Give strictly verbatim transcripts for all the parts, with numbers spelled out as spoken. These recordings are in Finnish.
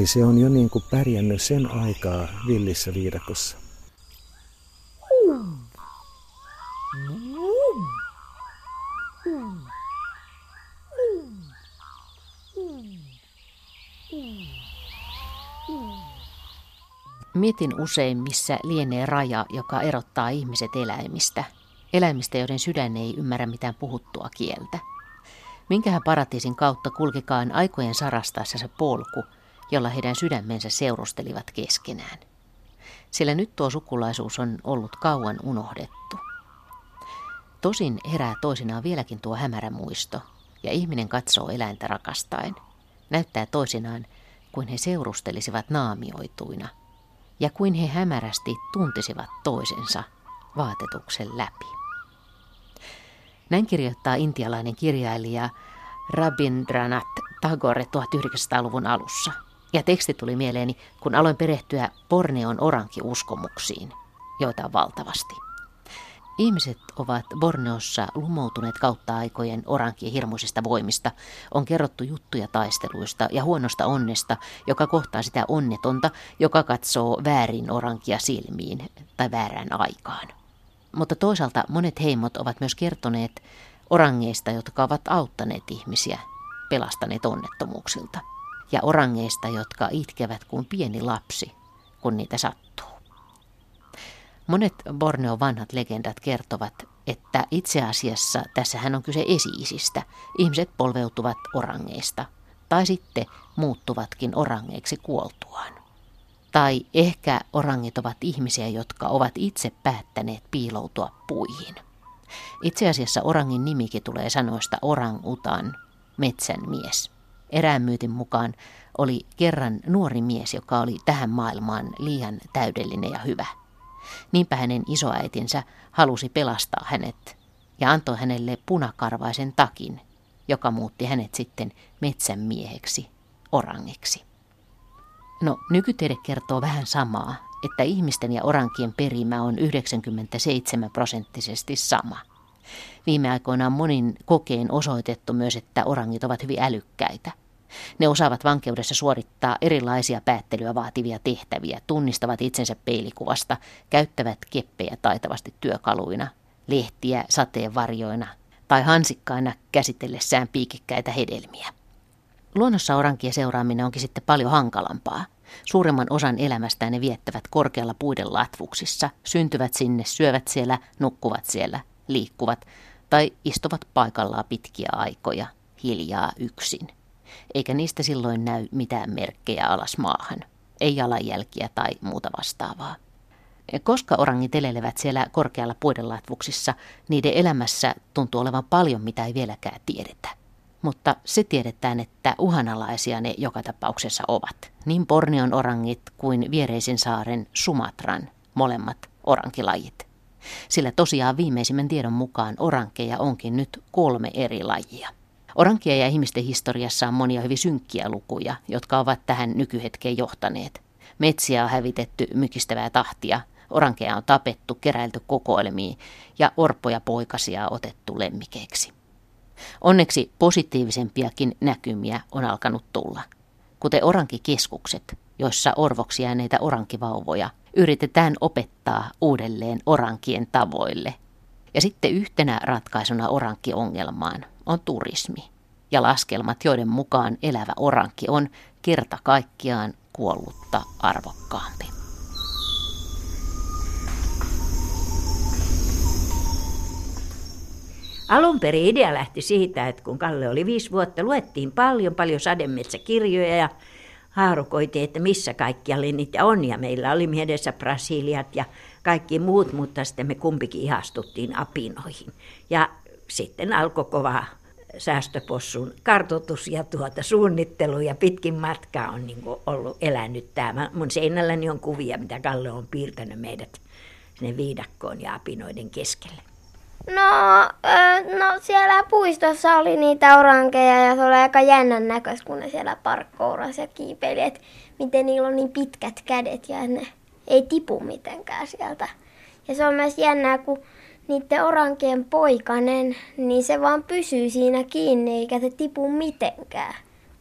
Eli se on jo niin kuin pärjännyt sen aikaa villissä viidakossa. Mietin usein, missä lienee raja, joka erottaa ihmiset eläimistä. Eläimistä, joiden sydän ei ymmärrä mitään puhuttua kieltä. Minkähän paratiisin kautta kulkikaan aikojen sarastaessa se polku, jolla heidän sydämensä seurustelivat keskenään. Sillä nyt tuo sukulaisuus on ollut kauan unohdettu. Tosin herää toisinaan vieläkin tuo hämärä muisto, ja ihminen katsoo eläintä rakastaen. Näyttää toisinaan, kuin he seurustelisivat naamioituina, ja kuin he hämärästi tuntisivat toisensa vaatetuksen läpi. Näin kirjoittaa intialainen kirjailija Rabindranath Tagore tuhatyhdeksänsataaluvun alussa. Ja teksti tuli mieleeni, kun aloin perehtyä Borneon orankiuskomuksiin, joita on valtavasti. Ihmiset ovat Borneossa lumoutuneet kautta aikojen orankien hirmuisista voimista. On kerrottu juttuja taisteluista ja huonosta onnesta, joka kohtaa sitä onnetonta, joka katsoo väärin orankia silmiin tai väärään aikaan. Mutta toisaalta monet heimot ovat myös kertoneet orangeista, jotka ovat auttaneet ihmisiä, pelastaneet onnettomuuksilta. Ja orangeista, jotka itkevät kuin pieni lapsi, kun niitä sattuu. Monet Borneon vanhat legendat kertovat, että itse asiassa tässähän on kyse esi-isistä. Ihmiset polveutuvat orangeista, tai sitten muuttuvatkin orangeiksi kuoltuaan. Tai ehkä orangit ovat ihmisiä, jotka ovat itse päättäneet piiloutua puihin. Itse asiassa orangin nimikin tulee sanoista orang-utan, metsän mies. Erään myytin mukaan oli kerran nuori mies, joka oli tähän maailmaan liian täydellinen ja hyvä. Niinpä hänen isoäitinsä halusi pelastaa hänet ja antoi hänelle punakarvaisen takin, joka muutti hänet sitten metsän mieheksi, orangiksi. No, nykytiede kertoo vähän samaa, että ihmisten ja orankien perimä on yhdeksänkymmentäseitsemän prosenttisesti sama. Viime aikoina on monin kokein osoitettu myös, että orangit ovat hyvin älykkäitä. Ne osaavat vankeudessa suorittaa erilaisia päättelyä vaativia tehtäviä, tunnistavat itsensä peilikuvasta, käyttävät keppejä taitavasti työkaluina, lehtiä sateenvarjoina tai hansikkaina käsitellessään piikikkäitä hedelmiä. Luonnossa orankien seuraaminen onkin sitten paljon hankalampaa. Suuremman osan elämästään ne viettävät korkealla puiden latvuksissa, syntyvät sinne, syövät siellä, nukkuvat siellä, liikkuvat tai istuvat paikallaan pitkiä aikoja, hiljaa yksin. Eikä niistä silloin näy mitään merkkejä alas maahan, ei jalanjälkiä tai muuta vastaavaa. Koska orangit elelevät siellä korkealla puidenlatvuksissa, niiden elämässä tuntuu olevan paljon, mitä ei vieläkään tiedetä. Mutta se tiedetään, että uhanalaisia ne joka tapauksessa ovat. Niin Borneon orangit kuin viereisen saaren Sumatran molemmat orankilajit. Sillä tosiaan viimeisimmän tiedon mukaan orankeja onkin nyt kolme eri lajia. Orankien ja ihmisten historiassa on monia hyvin synkkiä lukuja, jotka ovat tähän nykyhetkeen johtaneet. Metsiä on hävitetty mykistävää tahtia, orankeja on tapettu, keräilty kokoelmiin ja orpoja poikasia on otettu lemmikeiksi. Onneksi positiivisempiakin näkymiä on alkanut tulla, kuten orankikeskukset, joissa orvoksi jääneitä orankivauvoja yritetään opettaa uudelleen orankien tavoille. Ja sitten yhtenä ratkaisuna orankiongelmaan on turismi ja laskelmat, joiden mukaan elävä orankki on kerta kaikkiaan kuollutta arvokkaampi. Alun perin idea lähti siitä, että kun Kalle oli viisi vuotta, luettiin paljon, paljon sademetsäkirjoja ja haarukoitiin, että missä kaikkialla niitä on. Ja meillä oli mielessä Brasiliat ja kaikki muut, mutta sitten me kumpikin ihastuttiin apinoihin. Ja sitten alkoi kova säästöpossun kartoitus ja tuota suunnittelu ja pitkin matkaa on niin kuin ollut elänyt tämä. Mun seinälläni on kuvia, mitä Kalle on piirtänyt meidät sinne viidakkoon ja apinoiden keskelle. No, no siellä puistossa oli niitä orankeja ja se oli aika jännän näköistä, kun ne siellä parkkourasi ja kiipeili, että miten niillä on niin pitkät kädet ja ne ei tipu mitenkään sieltä. Ja se on myös jännää, kun niiden orankien poikanen, niin se vaan pysyy siinä kiinni eikä se tipu mitenkään.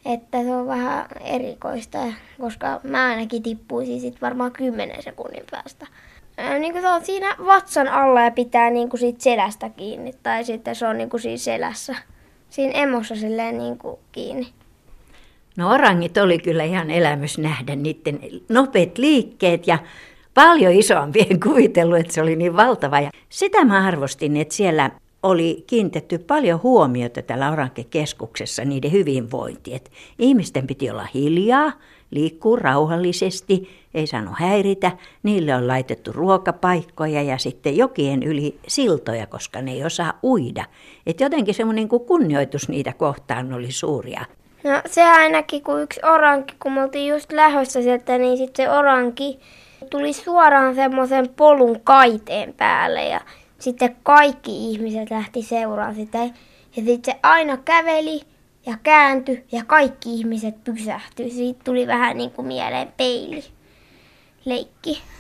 Että se on vähän erikoista, koska mä ainakin tippuisin sit varmaan kymmenen sekunnin päästä. Niin kuin se on siinä vatsan alla ja pitää niin kuin siitä selästä kiinni, tai sitten se on niin kuin siinä selässä, siinä emossa silleen niin kuin kiinni. No orangit oli kyllä ihan elämys nähdä niiden nopeat liikkeet ja paljon isompi, en kuvitellut, että se oli niin valtava. Ja sitä mä arvostin, että siellä oli kiinnitetty paljon huomiota täällä Orankekeskuksessa niiden hyvinvointiin. Että ihmisten piti olla hiljaa, liikkua rauhallisesti, ei saanut häiritä. Niille on laitettu ruokapaikkoja ja sitten jokien yli siltoja, koska ne ei osaa uida. Että jotenkin semmoinen kunnioitus niitä kohtaan oli suuria. No se ainakin, kun yksi oranki, kun me oltiin just lähdössä sieltä, niin sitten se oranki tuli suoraan semmoisen polun kaiteen päälle ja sitten kaikki ihmiset lähti seuraamaan sitä. Ja sitten se aina käveli ja kääntyi ja kaikki ihmiset pysähtyi. Siitä tuli vähän niin kuin mieleen peilileikki.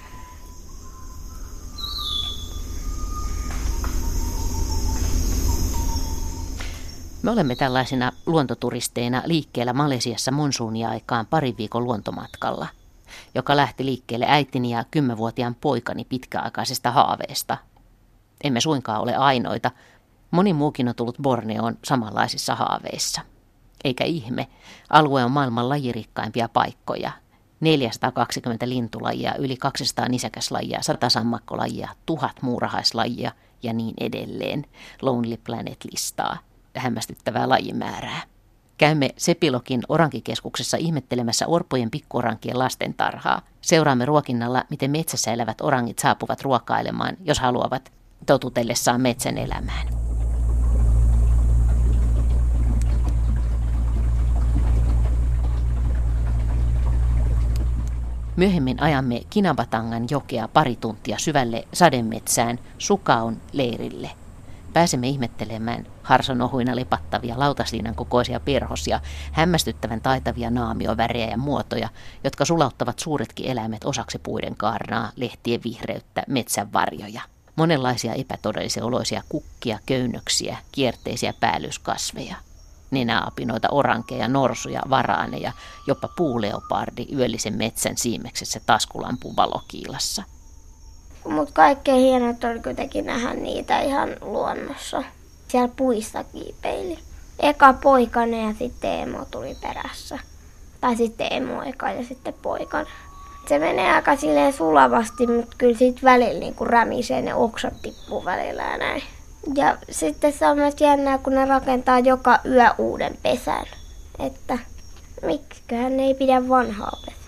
Me olemme tällaisina luontoturisteina liikkeellä Malesiassa monsuunia-aikaan parin viikon luontomatkalla, joka lähti liikkeelle äitini ja kymmenvuotiaan poikani pitkäaikaisesta haaveesta. Emme suinkaan ole ainoita. Moni muukin on tullut Borneoon samanlaisissa haaveissa. Eikä ihme, alue on maailman lajirikkaimpia paikkoja. neljäsataakaksikymmentä lintulajia, yli kaksisataa nisäkäslajia, sata sammakkolajia, tuhat muurahaislajia ja niin edelleen. Lonely Planet-listaa. Hämmästyttävää lajimäärää. Käymme Sepilogin orankikeskuksessa ihmettelemässä orpojen pikkuorankien lastentarhaa. Seuraamme ruokinnalla, miten metsässä elävät orangit saapuvat ruokailemaan, jos haluavat, totutellessaan metsän elämään. Myöhemmin ajamme Kinabatangan jokea pari tuntia syvälle sademetsään Sukaon leirille. Pääsemme ihmettelemään harsonohuina lepattavia lautasliinan kokoisia perhosia, hämmästyttävän taitavia naamiovärejä ja muotoja, jotka sulauttavat suuretkin eläimet osaksi puiden kaarnaa, lehtien vihreyttä, metsän varjoja. Monenlaisia epätodellisen oloisia kukkia, köynnöksiä, kierteisiä päällyskasveja. Nenäapinoita, orankeja, norsuja, varaaneja, jopa puuleopardi yöllisen metsän siimeksessä taskulampun valokiilassa. Mutta kaikkein hienot oli kuitenkin nähdä niitä ihan luonnossa. Siellä puista kiipeili. Eka poikainen ja sitten emo tuli perässä. Tai sitten emo eka ja sitten poikainen. Se menee aika silleen sulavasti, mutta kyllä siitä välillä niin rämisee, ne oksat tippuu välillä ja näin. Ja sitten se on myös jännää, kun ne rakentaa joka yö uuden pesän. Että miksiköhän ne ei pidä vanhaa pesää.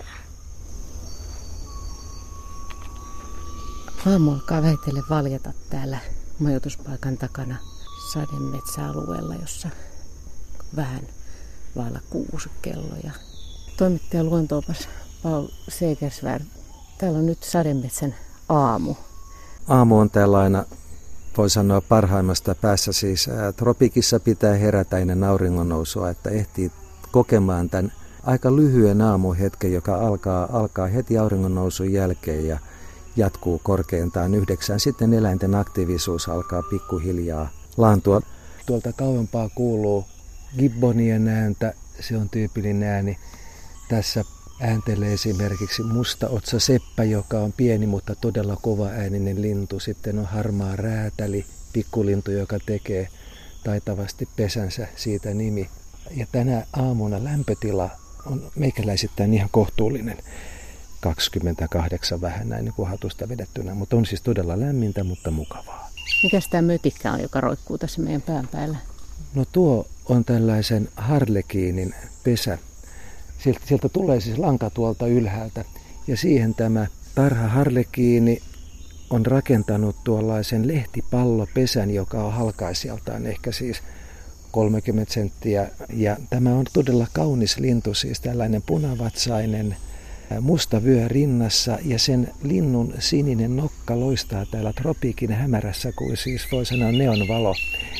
Aamu alkaa väitellen valjata täällä majoituspaikan takana sademetsäalueella, jossa vähän vailla kuusi kelloja. Toimittaja luontoopas Paul Segersvärd. Täällä on nyt sademetsän aamu. Aamu on tällainen, voi sanoa parhaimmasta päässä, siis ää, tropikissa pitää herätä ennen auringonnousua, että ehtii kokemaan tämän aika lyhyen aamuhetken, joka alkaa, alkaa heti auringonnousun jälkeen ja jatkuu korkeintaan yhdeksään. Sitten eläinten aktiivisuus alkaa pikkuhiljaa laantua. Tuolta kauempaa kuuluu gibbonien ääntä, se on tyypillinen ääni. Tässä ääntelee esimerkiksi mustaotsa seppä, joka on pieni, mutta todella kova ääninen lintu. Sitten on harmaa räätäli, pikkulintu, joka tekee taitavasti pesänsä, siitä nimi. Ja tänä aamuna lämpötila on meikäläisittäin ihan kohtuullinen. kaksikymmentäkahdeksan vähän näin niin kuin hatusta vedettynä, mutta on siis todella lämmintä, mutta mukavaa. Mikäs tämä mötikkä on, joka roikkuu tässä meidän pään päällä? No tuo on tällaisen harlekiinin pesä. Sieltä, sieltä tulee siis lanka tuolta ylhäältä ja siihen tämä tarha harlekiini on rakentanut tuollaisen lehtipallopesän, joka on halkaisijaltaan ehkä siis kolmekymmentä senttiä. Ja tämä on todella kaunis lintu, siis tällainen punavatsainen, musta vyö rinnassa ja sen linnun sininen nokka loistaa täällä tropiikin hämärässä kuin siis voi sanoa neonvalo.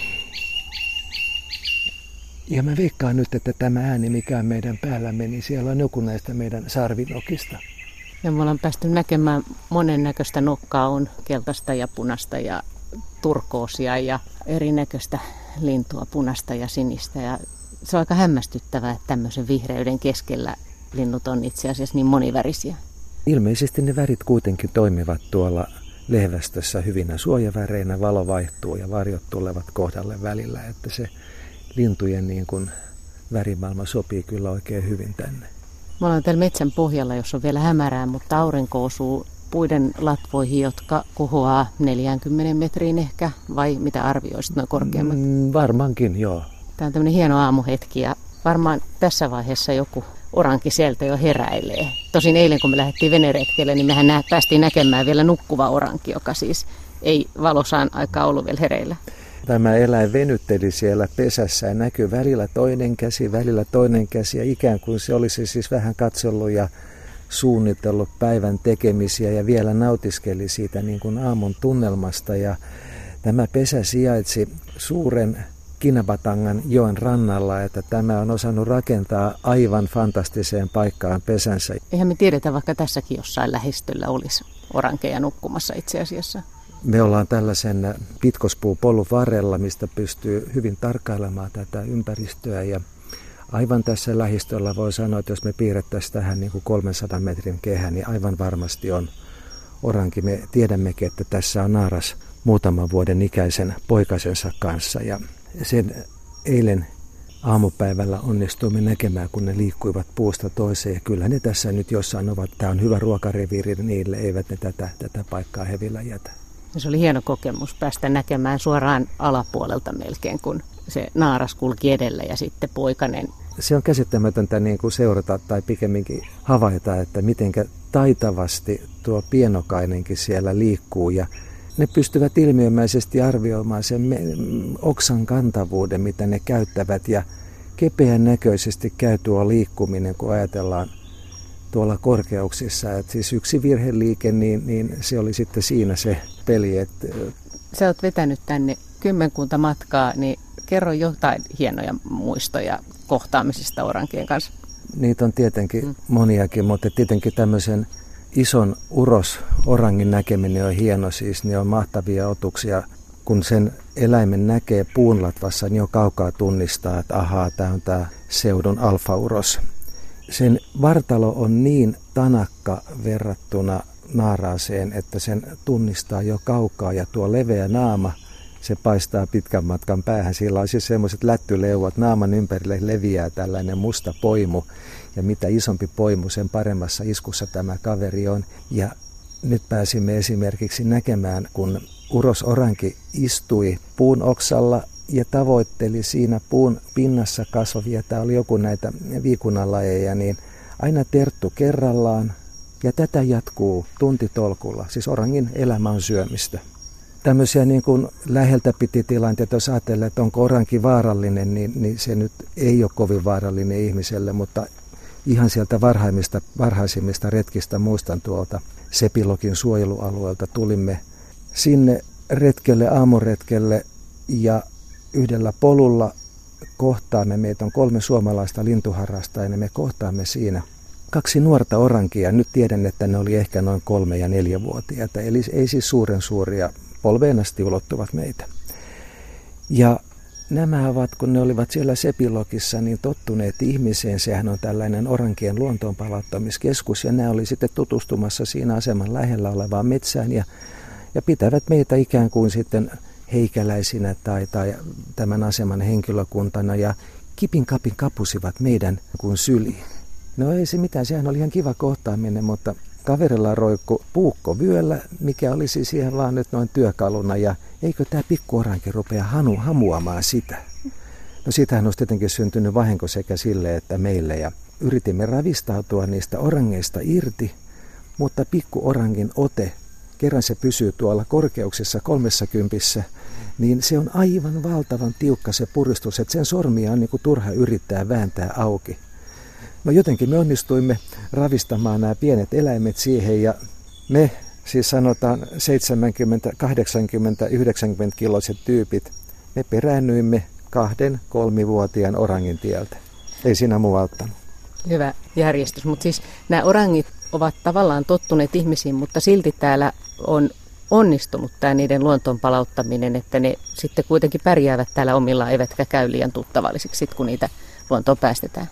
Ja mä veikkaan nyt, että tämä ääni, mikä on meidän päällämme, niin siellä on joku näistä meidän sarvinokista. Ja me ollaan päästy näkemään monennäköistä nokkaa, on keltaista ja punasta ja turkoosia ja erinäköistä lintua, punasta ja sinistä. Ja Se on aika hämmästyttävää, että tämmöisen vihreyden keskellä linnut on itse asiassa niin monivärisiä. Ilmeisesti ne värit kuitenkin toimivat tuolla lehvästössä hyvinä suojaväreinä, valo vaihtuu ja varjot tulevat kohdalle välillä, että se lintujen niin kuin värimaailma sopii kyllä oikein hyvin tänne. Me ollaan täällä metsän pohjalla, jos on vielä hämärää, mutta aurinko osuu puiden latvoihin, jotka kohoaa neljäänkymmeneen metriin ehkä, vai mitä arvioisit noin korkeammat? Mm, varmaankin, joo. Tämä on tämmöinen hieno aamuhetki ja varmaan tässä vaiheessa joku oranki sieltä jo heräilee. Tosin eilen kun me lähdettiin veneretkelle, niin mehän nä- päästiin näkemään vielä nukkuva oranki, joka siis ei valosaan aikaa ollut vielä hereillä. Tämä eläin venytteli siellä pesässä ja näkyi välillä toinen käsi, välillä toinen käsi ja ikään kuin se olisi siis vähän katsellut ja suunnitellut päivän tekemisiä ja vielä nautiskeli siitä niin kuin aamun tunnelmasta. Ja tämä pesä sijaitsi suuren Kinabatangan joen rannalla, että tämä on osannut rakentaa aivan fantastiseen paikkaan pesänsä. Eihän me tiedetä, vaikka tässäkin jossain lähistöllä olisi orankeja nukkumassa itse asiassa. Me ollaan tällaisen pitkospuupolun varrella, mistä pystyy hyvin tarkkailemaan tätä ympäristöä ja aivan tässä lähistöllä voi sanoa, että jos me piirrettäisiin tähän niin kuin kolmensadan metrin kehään, niin aivan varmasti on oranki. Me tiedämmekin, että tässä on naaras muutaman vuoden ikäisen poikasensa kanssa ja sen eilen aamupäivällä onnistuimme näkemään, kun ne liikkuivat puusta toiseen. Ja kyllä ne tässä nyt jossain ovat. Tämä on hyvä ruokareviiri niille, eivät ne tätä, tätä paikkaa hevillä jätä. Se oli hieno kokemus päästä näkemään suoraan alapuolelta melkein, kun se naaras kulki edellä ja sitten poikanen. Se on käsittämätöntä niin kuin seurata tai pikemminkin havaita, että miten taitavasti tuo pienokainenkin siellä liikkuu ja ne pystyvät ilmiömäisesti arvioimaan sen me- oksan kantavuuden, mitä ne käyttävät ja kepeän näköisesti käy tuo liikkuminen, kun ajatellaan tuolla korkeuksissa. Et siis yksi virheliike, niin, niin se oli sitten siinä se peli. Et sä oot vetänyt tänne kymmenkunta matkaa, niin kerro jotain hienoja muistoja kohtaamisista orankien kanssa. Niitä on tietenkin mm. moniakin, mutta tietenkin tämmöisen ison uros-orangin näkeminen on hieno, siis ne on mahtavia otuksia. Kun sen eläimen näkee puunlatvassa, niin jo kaukaa tunnistaa, että ahaa, tämä on tämä seudun alfa-uros. Sen vartalo on niin tanakka verrattuna naaraaseen, että sen tunnistaa jo kaukaa ja tuo leveä naama, se paistaa pitkän matkan päähän. Sillä on siis semmoiset lättyleuvat, naaman ympärille leviää tällainen musta poimu ja mitä isompi poimu, sen paremmassa iskussa tämä kaveri on. Ja nyt pääsimme esimerkiksi näkemään, kun urosoranki istui puun oksalla ja tavoitteli siinä puun pinnassa kasvavia, tämä oli joku näitä viikunanlajeja, niin aina terttu kerrallaan ja tätä jatkuu tuntitolkulla. Siis orangin elämä on syömistä. Tämmöisiä niin kuin läheltä piti tilanteita, jos ajattelee, että onko oranki vaarallinen, niin, niin se nyt ei ole kovin vaarallinen ihmiselle, mutta ihan sieltä varhaimmista, varhaisimmista retkistä muistan tuolta Sepilokin suojelualueelta tulimme sinne retkelle, aamuretkelle ja yhdellä polulla kohtaamme, meitä on kolme suomalaista lintuharrastajaa, ja me kohtaamme siinä kaksi nuorta orankia. Nyt tiedän, että ne oli ehkä noin kolme- ja neljävuotiaita, eli ei siis suuren suuria, polveen asti ulottuvat meitä. Ja nämä ovat, kun ne olivat siellä Sepilokissa, niin tottuneet ihmiseen. Sehän on tällainen orankien luontoon palauttamiskeskus, ja nämä oli sitten tutustumassa siinä aseman lähellä olevaan metsään, ja, ja pitävät meitä ikään kuin sitten heikäläisinä tai, tai tämän aseman henkilökuntana, ja kipin kapin kapusivat meidän kuin syliin. No ei se mitään, sehän oli ihan kiva kohtaaminen, mutta kaverilla roikku puukko vyöllä, mikä olisi siihen vaan nyt noin työkaluna, ja eikö tämä pikkuoranki rupea hanu, hamuamaan sitä? No siitähän olisi tietenkin syntynyt vahinko sekä sille että meille, ja yritimme ravistautua niistä orangeista irti, mutta pikkuorangin ote, kerran se pysyy tuolla korkeuksissa kolmessakympissä, niin se on aivan valtavan tiukka se puristus, että sen sormia on niin kuin turha yrittää vääntää auki. No jotenkin me onnistuimme ravistamaan nämä pienet eläimet siihen, ja me siis sanotaan seitsemänkymmentä, kahdeksankymmentä, yhdeksänkymmentä kiloiset tyypit, me peräännyimme kahden kolmivuotiaan orangin tieltä. Ei siinä muu auttanut. Hyvä järjestys, mutta siis nämä orangit ovat tavallaan tottuneet ihmisiin, mutta silti täällä on onnistunut tämä niiden luontoon palauttaminen, että ne sitten kuitenkin pärjäävät täällä omillaan, eivätkä käy liian tuttavallisiksi, sit kun niitä luontoon päästetään?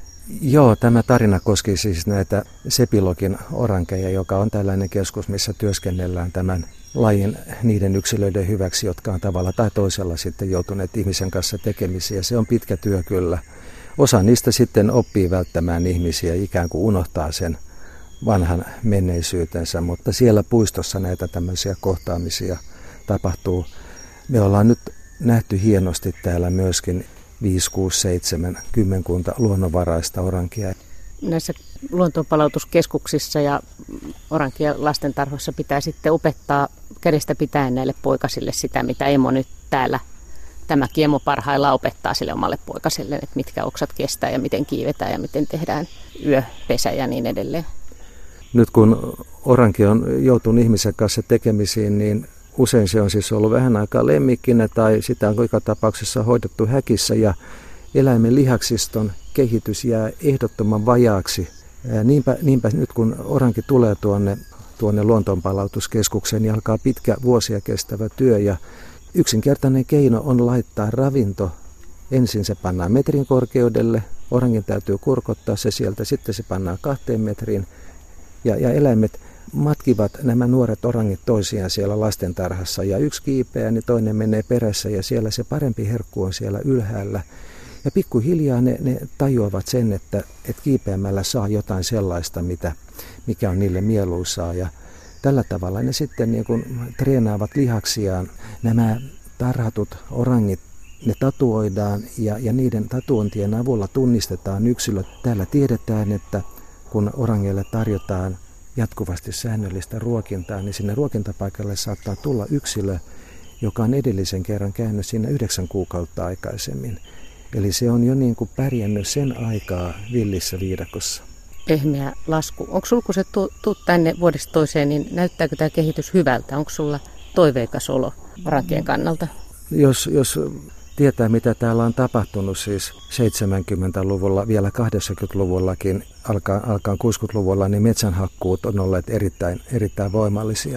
Joo, tämä tarina koski siis näitä Sepilogin orankeja, joka on tällainen keskus, missä työskennellään tämän lajin niiden yksilöiden hyväksi, jotka on tavalla tai toisella sitten joutuneet ihmisen kanssa tekemisiin. Ja se on pitkä työ kyllä. Osa niistä sitten oppii välttämään ihmisiä, ikään kuin unohtaa sen vanhan menneisyytensä, mutta siellä puistossa näitä tämmöisiä kohtaamisia tapahtuu. Me ollaan nyt nähty hienosti täällä myöskin viisi, kuusi, seitsemän, kymmenkunta luonnonvaraista orankia. Näissä luontopalautuskeskuksissa ja orankien lastentarhoissa pitää sitten opettaa kädestä pitäen näille poikasille sitä, mitä emo nyt täällä, tämäkin emo parhaillaan opettaa sille omalle poikaselle, että mitkä oksat kestää ja miten kiivetään ja miten tehdään yöpesä ja niin edelleen. Nyt kun oranki on joutunut ihmisen kanssa tekemisiin, niin usein se on siis ollut vähän aikaa lemmikkinä tai sitä on joka tapauksessa hoidettu häkissä ja eläimen lihaksiston kehitys jää ehdottoman vajaaksi. Niinpä, niinpä nyt kun oranki tulee tuonne, tuonne luontoonpalautuskeskukseen, niin alkaa pitkä vuosia kestävä työ ja yksinkertainen keino on laittaa ravinto. Ensin se pannaan metrin korkeudelle, orangin täytyy kurkottaa se sieltä, sitten se pannaan kahteen metriin ja, ja eläimet matkivat nämä nuoret orangit toisiaan siellä lastentarhassa ja yksi kiipeää, niin toinen menee perässä ja siellä se parempi herkku on siellä ylhäällä. Ja pikkuhiljaa ne, ne tajuavat sen, että, että kiipeämällä saa jotain sellaista, mitä, mikä on niille mieluisaa. Ja tällä tavalla ne sitten niin kuin treenaavat lihaksiaan. Nämä tarhatut orangit, ne tatuoidaan ja, ja niiden tatuointien avulla tunnistetaan yksilöt. Täällä tiedetään, että kun orangeille tarjotaan jatkuvasti säännöllistä ruokintaa, niin sinne ruokintapaikalle saattaa tulla yksilö, joka on edellisen kerran käynyt siinä yhdeksän kuukautta aikaisemmin. Eli se on jo niin kuin pärjännyt sen aikaa villissä viidakossa. Pehmeä lasku. Onko sulla, kun sä tuut tänne vuodesta toiseen, niin näyttääkö tämä kehitys hyvältä? Onko sulla toiveikas olo orankien kannalta? Jos, jos tietää, mitä täällä on tapahtunut siis seitsemänkymmentäluvulla, vielä kahdeksankymmentäluvullakin, alkaan, alkaan kuusikymmentäluvulla, niin metsänhakkuut on olleet erittäin, erittäin voimallisia.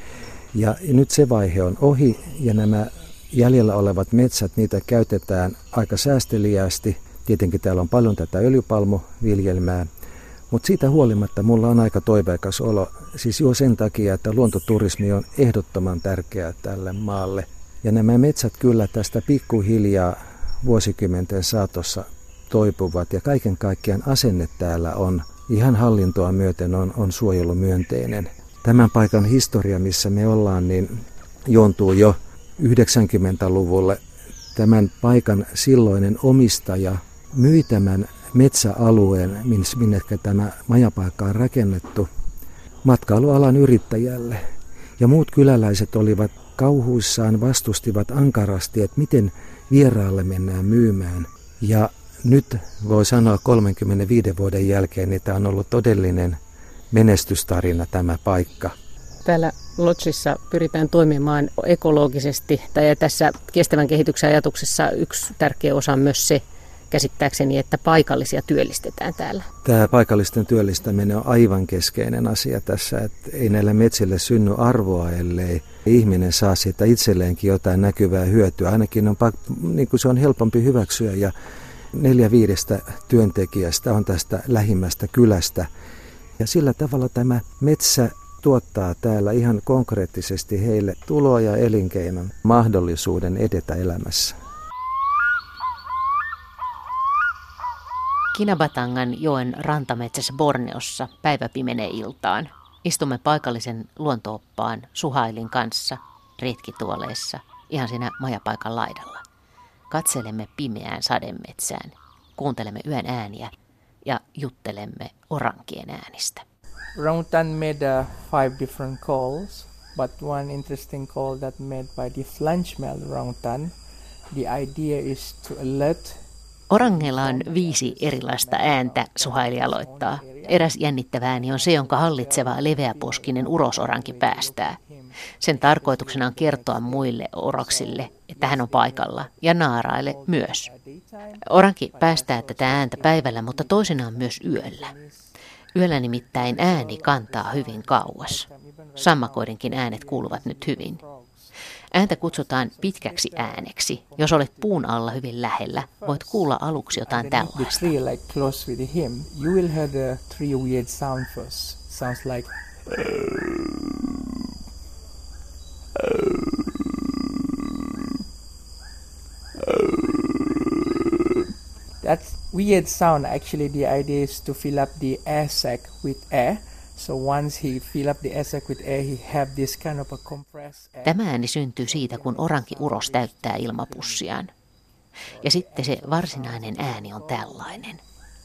Ja nyt se vaihe on ohi ja nämä jäljellä olevat metsät, niitä käytetään aika säästeliäästi. Tietenkin täällä on paljon tätä öljypalmuviljelmää, mutta siitä huolimatta mulla on aika toiveikas olo. Siis jo sen takia, että luontoturismi on ehdottoman tärkeää tälle maalle. Ja nämä metsät kyllä tästä pikkuhiljaa vuosikymmenten saatossa toipuvat ja kaiken kaikkiaan asenne täällä on ihan hallintoa myöten on, on suojelumyönteinen. Tämän paikan historia, missä me ollaan, niin juontuu jo yhdeksänkymmentäluvulle. Tämän paikan silloinen omistaja myi tämän metsäalueen, minne tämä majapaikka on rakennettu, matkailualan yrittäjälle. Ja muut kyläläiset olivat kauhuissaan, vastustivat ankarasti, että miten vieraalle mennään myymään. Ja nyt voi sanoa kolmenkymmenenviiden vuoden jälkeen, niin tämä on ollut todellinen menestystarina tämä paikka. Täällä Lodsissa pyritään toimimaan ekologisesti, tai tässä kestävän kehityksen ajatuksessa yksi tärkeä osa on myös se, käsittääkseni, että paikallisia työllistetään täällä. Tämä paikallisten työllistäminen on aivan keskeinen asia tässä, että ei näille metsille synny arvoa, ellei ihminen saa siitä itselleenkin jotain näkyvää hyötyä. Ainakin on, niin kuin se on helpompi hyväksyä ja neljä viidestä työntekijästä on tästä lähimmästä kylästä. Ja sillä tavalla tämä metsä tuottaa täällä ihan konkreettisesti heille tuloa ja elinkeinon mahdollisuuden edetä elämässä. Kinabatangan joen rantametsässä Borneossa päivä pimenee iltaan. Istumme paikallisen luontooppaan Suhailin kanssa retkituoleissa ihan siinä majapaikan laidalla. Katselemme pimeään sademetsään, kuuntelemme yön ääniä ja juttelemme orankien äänistä. Orangutan made uh, five different calls, but one interesting call that made by the flange-male orangutan. The idea is to alert. Orangeilla on viisi erilaista ääntä, Suhaili aloittaa. Eräs jännittävä ääni on se, jonka hallitseva leveäposkinen urosoranki päästää. Sen tarkoituksena on kertoa muille oroksille, että hän on paikalla, ja naaraille myös. Oranki päästää tätä ääntä päivällä, mutta toisinaan myös yöllä. Yöllä nimittäin ääni kantaa hyvin kauas. Sammakoidenkin äänet kuuluvat nyt hyvin. Ääntä kutsutaan pitkäksi ääneksi. Jos olet puun alla hyvin lähellä, voit kuulla aluksi jotain tällaista. That weird sound, actually the idea is to fill up the air sac with air. So once he fill up the air sac with air, he have this kind of a compressed air. Tämä ääni syntyy siitä, kun oranki uros täyttää ilmapussiaan. Ja sitten se varsinainen ääni on tällainen.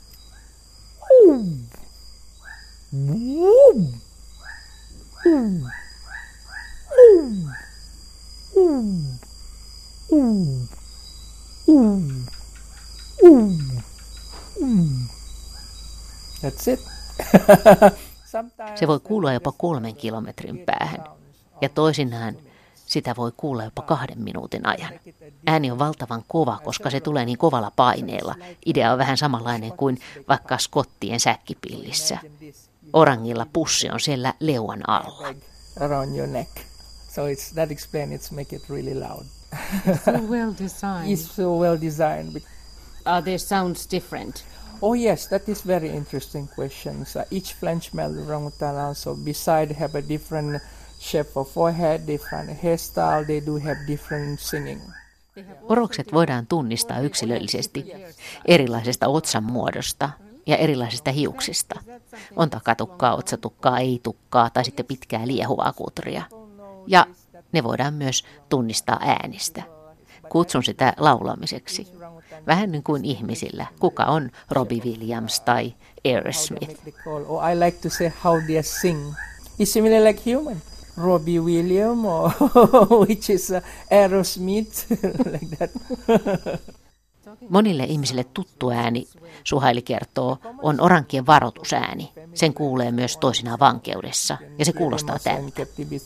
That's it. Se voi kuulua jopa kolmen kilometrin päähän, ja toisinaan sitä voi kuulla jopa kahden minuutin ajan. Ääni on valtavan kova, koska se tulee niin kovalla paineella. Idea on vähän samanlainen kuin vaikka skottien säkkipillissä. Orangilla pussi on siellä leuan alla. Around your neck. So it's that explain it's make it really loud. So well designed. It's so well designed. Are their sounds different? Oh yes, that is very interesting question. So each French-male orangutan also, beside have a different shape of forehead, different hairstyle, they do have different singing. Orokset voidaan tunnistaa yksilöllisesti erilaisesta otsan muodosta ja erilaisista hiuksista. On takatukkaa, otsatukkaa, ei-tukkaa tai sitten pitkää liehuvaa kutria. Ja ne voidaan myös tunnistaa äänistä. Kutsun sitä laulamiseksi. Vähän niin kuin ihmisillä. Kuka on Robbie Williams tai Aerosmith? Oh, I like to say how they sing. It's similar like human. Robbie Williams or which is Aerosmith like that. Monille ihmisille tuttu ääni, Suhaili kertoo, on orankien varoitusääni. Sen kuulee myös toisinaan vankeudessa ja se kuulostaa tältä.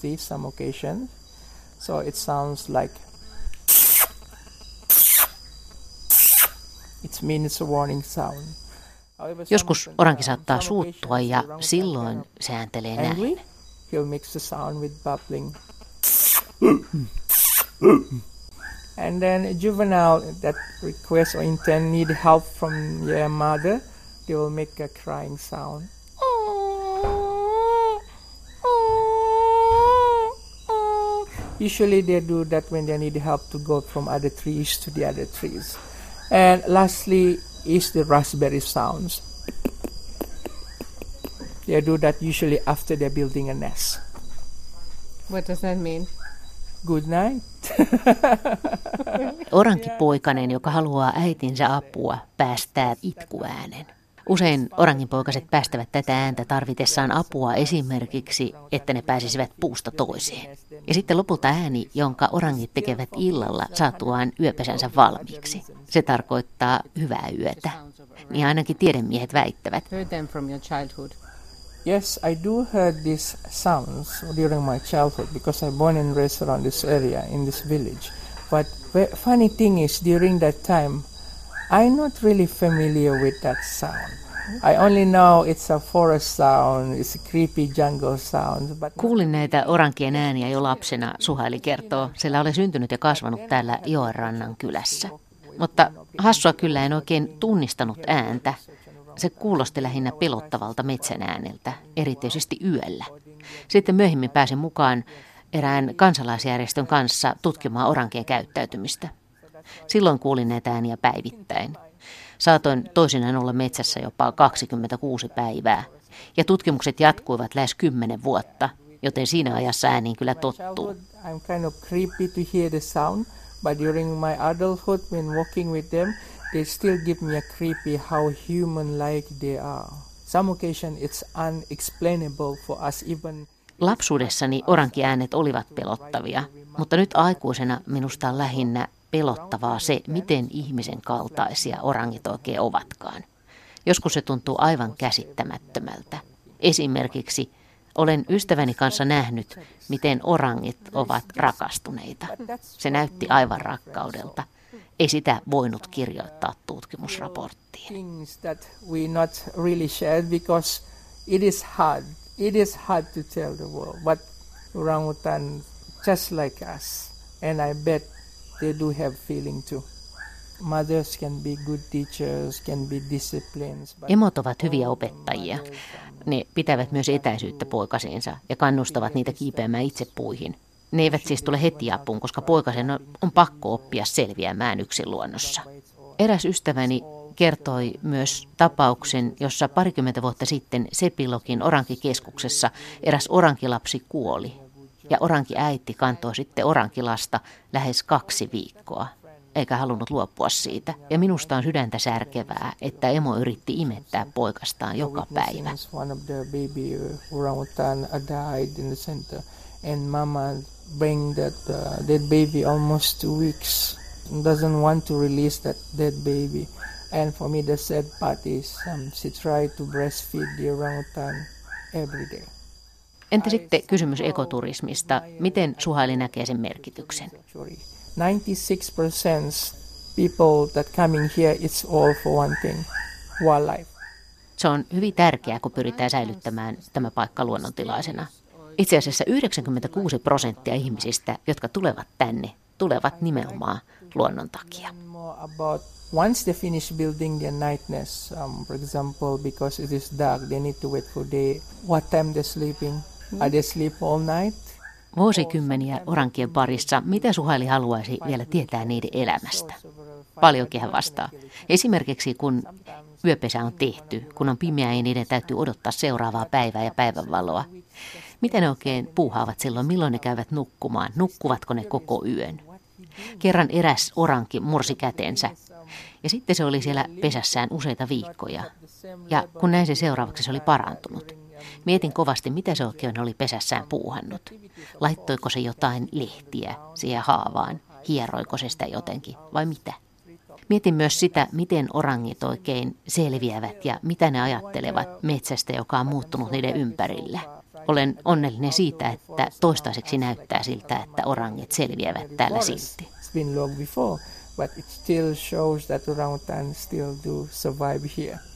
So it sounds like it means a warning sound. Joskus oranki saattaa suuttua ja silloin se ääntelee näin. He'll mix the sound with bubbling. And then a juvenile that request or intend need help from their mother, they will make a crying sound. Usually they do that when they need help to go from other trees to the other trees. And lastly is the raspberry sounds. They do that usually after they're building a nest. What does that mean? Good night. Orankipoikainen, joka haluaa äitinsä apua, päästää itkuäänen. Usein oranginpoikaset päästävät tätä ääntä tarvitessaan apua esimerkiksi, että ne pääsisivät puusta toiseen. Ja sitten lopulta ääni, jonka orangit tekevät illalla saatuaan yöpesänsä valmiiksi. Se tarkoittaa hyvää yötä. Niin ainakin tiedemiehet väittävät. Heard them from your childhood. Yes, I do heard these sounds during my childhood because I born and raised around this area in this village. But the funny thing is, during that time, I'm not really familiar with that sound. I only know it's a forest sound, it's a creepy jungle sound. But kuulin näitä orankien ääniä jo lapsena, Suhaili kertoo, sillä olen syntynyt ja kasvanut täällä Joenrannan kylässä. Mutta hassua kyllä en oikein tunnistanut ääntä. Se kuulosti lähinnä pelottavalta metsän ääneltä, erityisesti yöllä. Sitten myöhemmin pääsin mukaan erään kansalaisjärjestön kanssa tutkimaan orankien käyttäytymistä. Silloin kuulin näitä ääniä päivittäin. Saatoin toisinaan olla metsässä jopa kaksikymmentäkuusi päivää, ja tutkimukset jatkuivat lähes kymmenen vuotta, joten siinä ajassa ääniin kyllä tottuu. I'm kind of creepy to hear the sound, but during my adulthood when walking with them, they still give me a creepy how human-like they are. Some occasion it's unexplainable for us even. Lapsuudessani orankiäänet olivat pelottavia, mutta nyt aikuisena minusta on lähinnä pelottavaa se, miten ihmisen kaltaisia orangit oikein ovatkaan. Joskus se tuntuu aivan käsittämättömältä. Esimerkiksi olen ystäväni kanssa nähnyt, miten orangit ovat rakastuneita. Se näytti aivan rakkaudelta. Ei sitä voinut kirjoittaa tutkimusraporttiin. It is hard. It is hard to tell the world, but orangutan, just like us, And I bet they do have feeling too. Mothers can be good teachers, can be disciplined. Emot ovat hyviä opettajia. Ne pitävät myös etäisyyttä poikasiinsa ja kannustavat niitä kiipeämään itse puihin. Ne eivät siis tule heti apuun, koska poikasen on, on pakko oppia selviämään yksin luonnossa. Eräs ystäväni kertoi myös tapauksen, jossa parikymmentä vuotta sitten Sepilokin orankikeskuksessa eräs orankilapsi kuoli. Ja orankiäiti kantoi sitten orankilasta lähes kaksi viikkoa, eikä halunnut luopua siitä. Ja minusta on sydäntä särkevää, että emo yritti imettää poikastaan joka päivä. One of the baby orangutan died in the center, and mama bring that uh, dead baby almost two weeks. Doesn't want to release that dead baby. And for me the sad part is um, she tried to breastfeed the orangutan every day. Entä sitten kysymys ekoturismista? Miten Suhaili näkee sen merkityksen? ninety-six percent people that coming here, it's all for one thing, wildlife. Se on hyvin tärkeää, kun pyritään säilyttämään tämä paikka luonnontilaisena. Itse asiassa yhdeksänkymmentäkuusi prosenttia ihmisistä, jotka tulevat tänne, tulevat nimenomaan luonnon takia. Once they finish building their nightnest, um, for example, because it is dark, they need to wait for day. What time they're sleeping? Are they sleep all night? Vuosikymmeniä orankien parissa, mitä Suhaili haluaisi vielä tietää niiden elämästä? Paljonkin hän vastaa. Esimerkiksi kun yöpesä on tehty, kun on pimeää ja niiden täytyy odottaa seuraavaa päivää ja päivänvaloa. Mitä ne oikein puuhaavat silloin, milloin ne käyvät nukkumaan? Nukkuvatko ne koko yön? Kerran eräs oranki mursi kätensä ja sitten se oli siellä pesässään useita viikkoja. Ja kun näin se seuraavaksi se oli parantunut. Mietin kovasti, mitä se oikein oli pesässään puuhannut. Laittoiko se jotain lehtiä siihen haavaan? Hieroiko se sitä jotenkin vai mitä? Mietin myös sitä, miten orangit oikein selviävät ja mitä ne ajattelevat metsästä, joka on muuttunut niiden ympärillä. Olen onnellinen siitä, että toistaiseksi näyttää siltä, että orangit selviävät täällä silti. But it still shows that orangutans still do survive here.